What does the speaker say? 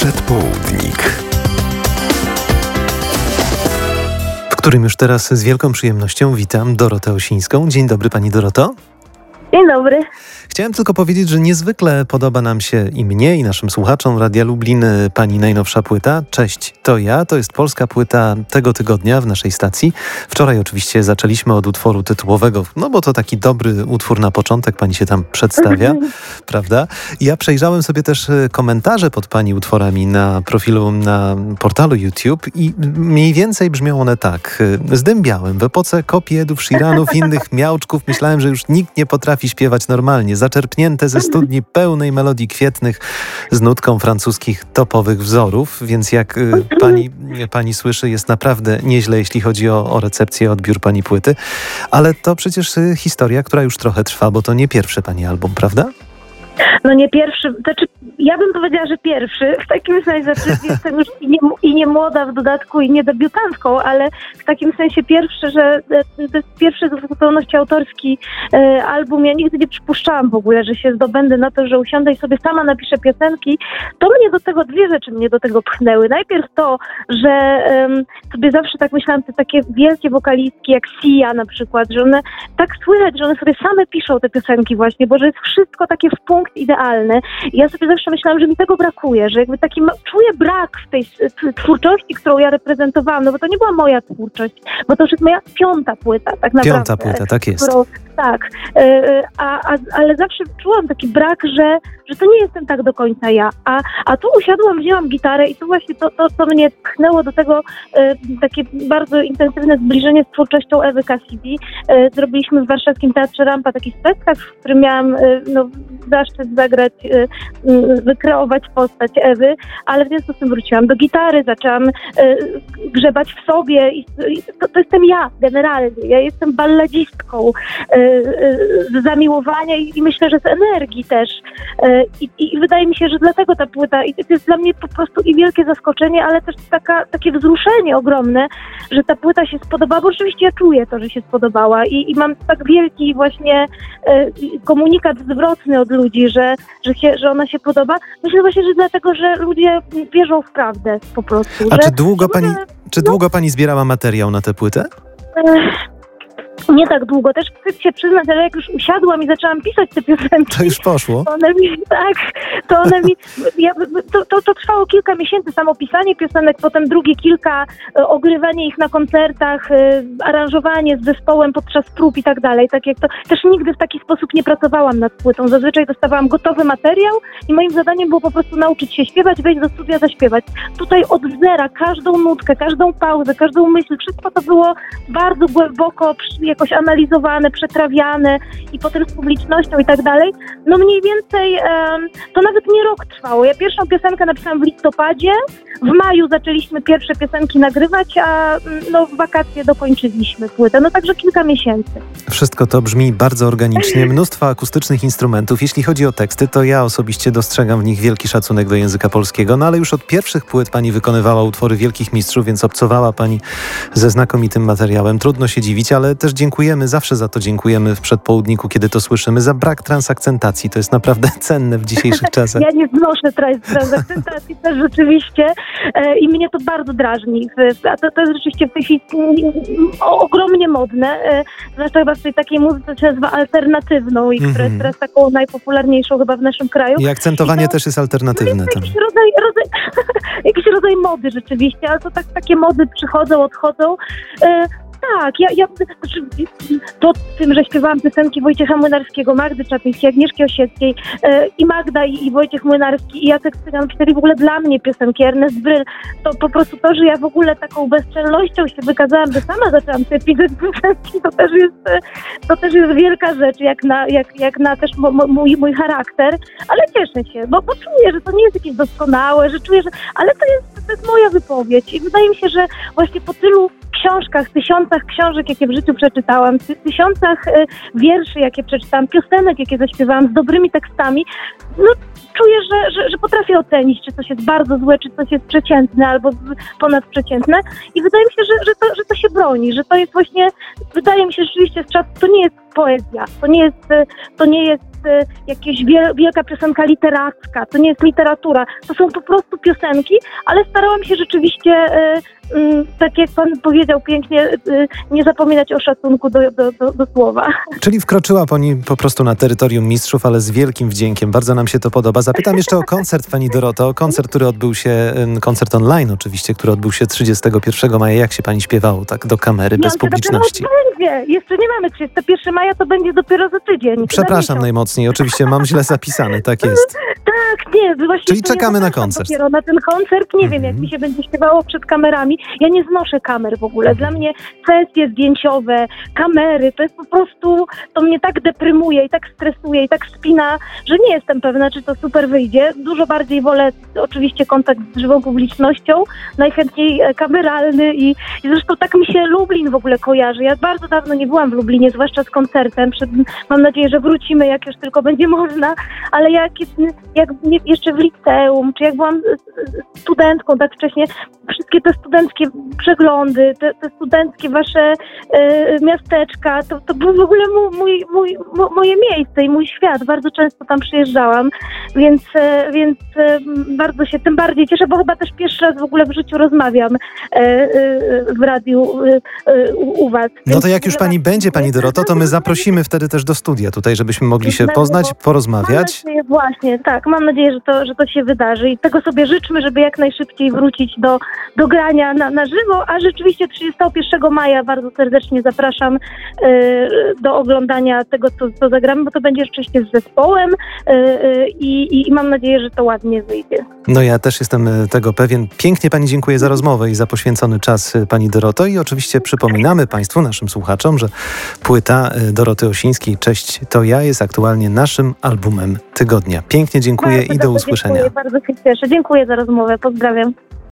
Przedpołudnik, w którym już teraz z wielką przyjemnością witam Dorotę Osińską. Dzień dobry, pani Doroto. Dzień dobry. Chciałem tylko powiedzieć, że niezwykle podoba nam się i mnie, i naszym słuchaczom Radia Lublin pani najnowsza płyta. Cześć, to ja. To jest polska płyta tego tygodnia w naszej stacji. Wczoraj oczywiście zaczęliśmy od utworu tytułowego, no bo to taki dobry utwór na początek, pani się tam przedstawia, prawda? Ja przejrzałem sobie też komentarze pod pani utworami na profilu, na portalu YouTube i mniej więcej brzmią one tak. Zdębiałem w epoce kopii Edów Sheeranów, innych miałczków. Myślałem, że już nikt nie potrafi śpiewać normalnie. Zaczerpnięte ze studni pełnej melodii kwietnych z nutką francuskich topowych wzorów, więc jak pani słyszy, jest naprawdę nieźle, jeśli chodzi o recepcję, odbiór pani płyty. Ale to przecież historia, która już trochę trwa, bo to nie pierwszy pani album, prawda? No nie pierwszy, znaczy ja bym powiedziała, że pierwszy, w takim sensie, że jestem już i nie młoda w dodatku i nie debiutantką, ale w takim sensie pierwszy, że to jest pierwszy w zupełności autorski album. Ja nigdy nie przypuszczałam w ogóle, że się zdobędę na to, że usiądę i sobie sama napiszę piosenki. To mnie do tego, dwie rzeczy mnie do tego pchnęły. Najpierw to, że sobie zawsze tak myślałam, te takie wielkie wokalistki jak Sia na przykład, że one tak słychać, że one sobie same piszą te piosenki właśnie, bo że jest wszystko takie w punkt idealny. I ja sobie zawsze myślałam, że mi tego brakuje, że jakby taki czuję brak w tej twórczości, którą ja reprezentowałam, no bo to nie była moja twórczość, bo to już jest moja piąta płyta, tak naprawdę. Piąta płyta, tak jest. Tak, ale zawsze czułam taki brak, że to nie jestem tak do końca ja. A tu usiadłam, wzięłam gitarę i tu właśnie to mnie pchnęło do tego takie bardzo intensywne zbliżenie z twórczością Ewy Cassidy. Zrobiliśmy w warszawskim Teatrze Rampa taki spektakl, w którym miałam zaszczyt zagrać, wykreować postać Ewy, ale w związku z tym wróciłam do gitary, zaczęłam grzebać w sobie i to jestem ja generalnie. Ja jestem balladzistką z zamiłowania i myślę, że z energii też. I wydaje mi się, że dlatego ta płyta, i to jest dla mnie po prostu i wielkie zaskoczenie, ale też takie wzruszenie ogromne, że ta płyta się spodobała, bo oczywiście ja czuję to, że się spodobała i mam tak wielki właśnie komunikat zwrotny od ludzi, że ona się podoba. Myślę właśnie, że dlatego, że ludzie wierzą w prawdę po prostu. A czy długo pani zbierała materiał na tę płytę? Nie tak długo. Też chcę się przyznać, ale jak już usiadłam i zaczęłam pisać te piosenki... To już poszło. To trwało kilka miesięcy, samo pisanie piosenek, potem drugie kilka, ogrywanie ich na koncertach, aranżowanie z zespołem podczas prób i tak dalej. Tak jak to. Też nigdy w taki sposób nie pracowałam nad płytą. Zazwyczaj dostawałam gotowy materiał i moim zadaniem było po prostu nauczyć się śpiewać, wejść do studia, zaśpiewać. Tutaj od zera, każdą nutkę, każdą pauzę, każdą myśl, wszystko to było bardzo głęboko jakoś analizowane, przetrawiane i potem z publicznością i tak dalej. No mniej więcej to nawet nie rok trwało. Ja pierwszą piosenkę napisałam w listopadzie, w maju zaczęliśmy pierwsze piosenki nagrywać, a w wakacje dokończyliśmy płytę. No także kilka miesięcy. Wszystko to brzmi bardzo organicznie, mnóstwo akustycznych instrumentów. Jeśli chodzi o teksty, to ja osobiście dostrzegam w nich wielki szacunek do języka polskiego, no ale już od pierwszych płyt pani wykonywała utwory wielkich mistrzów, więc obcowała pani ze znakomitym materiałem. Trudno się dziwić, ale też dziękujemy, zawsze za to dziękujemy w Przedpołudniku, kiedy to słyszymy, za brak transakcentacji. To jest naprawdę cenne w dzisiejszych czasach. Ja nie znoszę transakcentacji też rzeczywiście i mnie to bardzo drażni. To jest rzeczywiście w tej chwili ogromnie modne, zwłaszcza chyba w tej takiej muzyce, się nazywa alternatywną i która jest teraz taką najpopularniejszą chyba w naszym kraju. I akcentowanie też jest alternatywne. To jest jakiś rodzaj mody rzeczywiście, ale to takie mody przychodzą, odchodzą. Tak, to tym, że śpiewałam piosenki Wojciecha Młynarskiego, Magdy Czapińskiej, Agnieszki Osieckiej i Magda i Wojciech Młynarski i Jacek Cygan pisali w ogóle dla mnie piosenki, Ernest Bryl, to po prostu to, że ja w ogóle taką bezczelnością się wykazałam, że sama zaczęłam sobie pisać piosenki, to też jest wielka rzecz, jak na też mój charakter, ale cieszę się, bo czuję, że to nie jest jakieś doskonałe, że czuję, że ale to jest moja wypowiedź i wydaje mi się, że właśnie po tylu książkach, tysiącach książek, jakie w życiu przeczytałam, tysiącach wierszy, jakie przeczytałam, piosenek, jakie zaśpiewałam z dobrymi tekstami, czuję, że potrafię ocenić, czy coś jest bardzo złe, czy coś jest przeciętne albo ponadprzeciętne i wydaje mi się, że to się broni, że to jest właśnie, wydaje mi się rzeczywiście, to nie jest poezja, to nie jest jakaś wielka piosenka literacka, to nie jest literatura, to są po prostu piosenki, ale starałam się rzeczywiście, tak jak pan powiedział pięknie, nie zapominać o szacunku do słowa. Czyli wkroczyła pani po prostu na terytorium mistrzów, ale z wielkim wdziękiem. Bardzo nam się to podoba. Zapytam jeszcze o koncert, pani Doroto. Koncert online oczywiście, który odbył się 31 maja. Jak się pani śpiewało tak do kamery, bez publiczności? Będzie. Jeszcze nie mamy 31 maja, to będzie dopiero za tydzień. Przepraszam najmocniej, oczywiście mam źle zapisane, tak jest. Tak, nie, właśnie. Czyli czekamy na koncert. Dopiero na ten koncert, nie wiem, jak mi się będzie śpiewało przed kamerami. Ja nie znoszę kamer w ogóle. Dla mnie sesje zdjęciowe, kamery, to jest po prostu, to mnie tak deprymuje i tak stresuje i tak spina, że nie jestem pewna, czy to super wyjdzie. Dużo bardziej wolę oczywiście kontakt z żywą publicznością, najchętniej kameralny i zresztą tak mi się Lublin w ogóle kojarzy. Ja bardzo dawno nie byłam w Lublinie, zwłaszcza z koncertem. Mam nadzieję, że wrócimy, jak już tylko będzie można, ale jak jeszcze w liceum, czy jak byłam studentką tak wcześnie, wszystkie te studenckie przeglądy, te studenckie wasze miasteczka, to był w ogóle moje miejsce i mój świat. Bardzo często tam przyjeżdżałam, więc bardzo się tym bardziej cieszę, bo chyba też pierwszy raz w ogóle w życiu rozmawiam w radiu u was. No to jak już pani będzie, pani Doroto, to my zaprosimy wtedy też do studia tutaj, żebyśmy mogli się poznać, porozmawiać. Mam nadzieję, właśnie, tak. Mam nadzieję, że to się wydarzy i tego sobie życzmy, żeby jak najszybciej wrócić do grania na żywo, a rzeczywiście 31 maja bardzo serdecznie zapraszam do oglądania tego, co zagramy, bo to będzie rzeczywiście z zespołem i mam nadzieję, że to ładnie wyjdzie. No ja też jestem tego pewien. Pięknie pani dziękuję za rozmowę i za poświęcony czas, pani Doroto, i oczywiście przypominamy państwu, naszym słuchaczom, że płyta Doroty Osińskiej Cześć, to ja jest aktualnie naszym albumem tygodnia. Pięknie dziękuję i do usłyszenia. Dziękuję, bardzo się cieszę. Dziękuję za rozmowę. Pozdrawiam.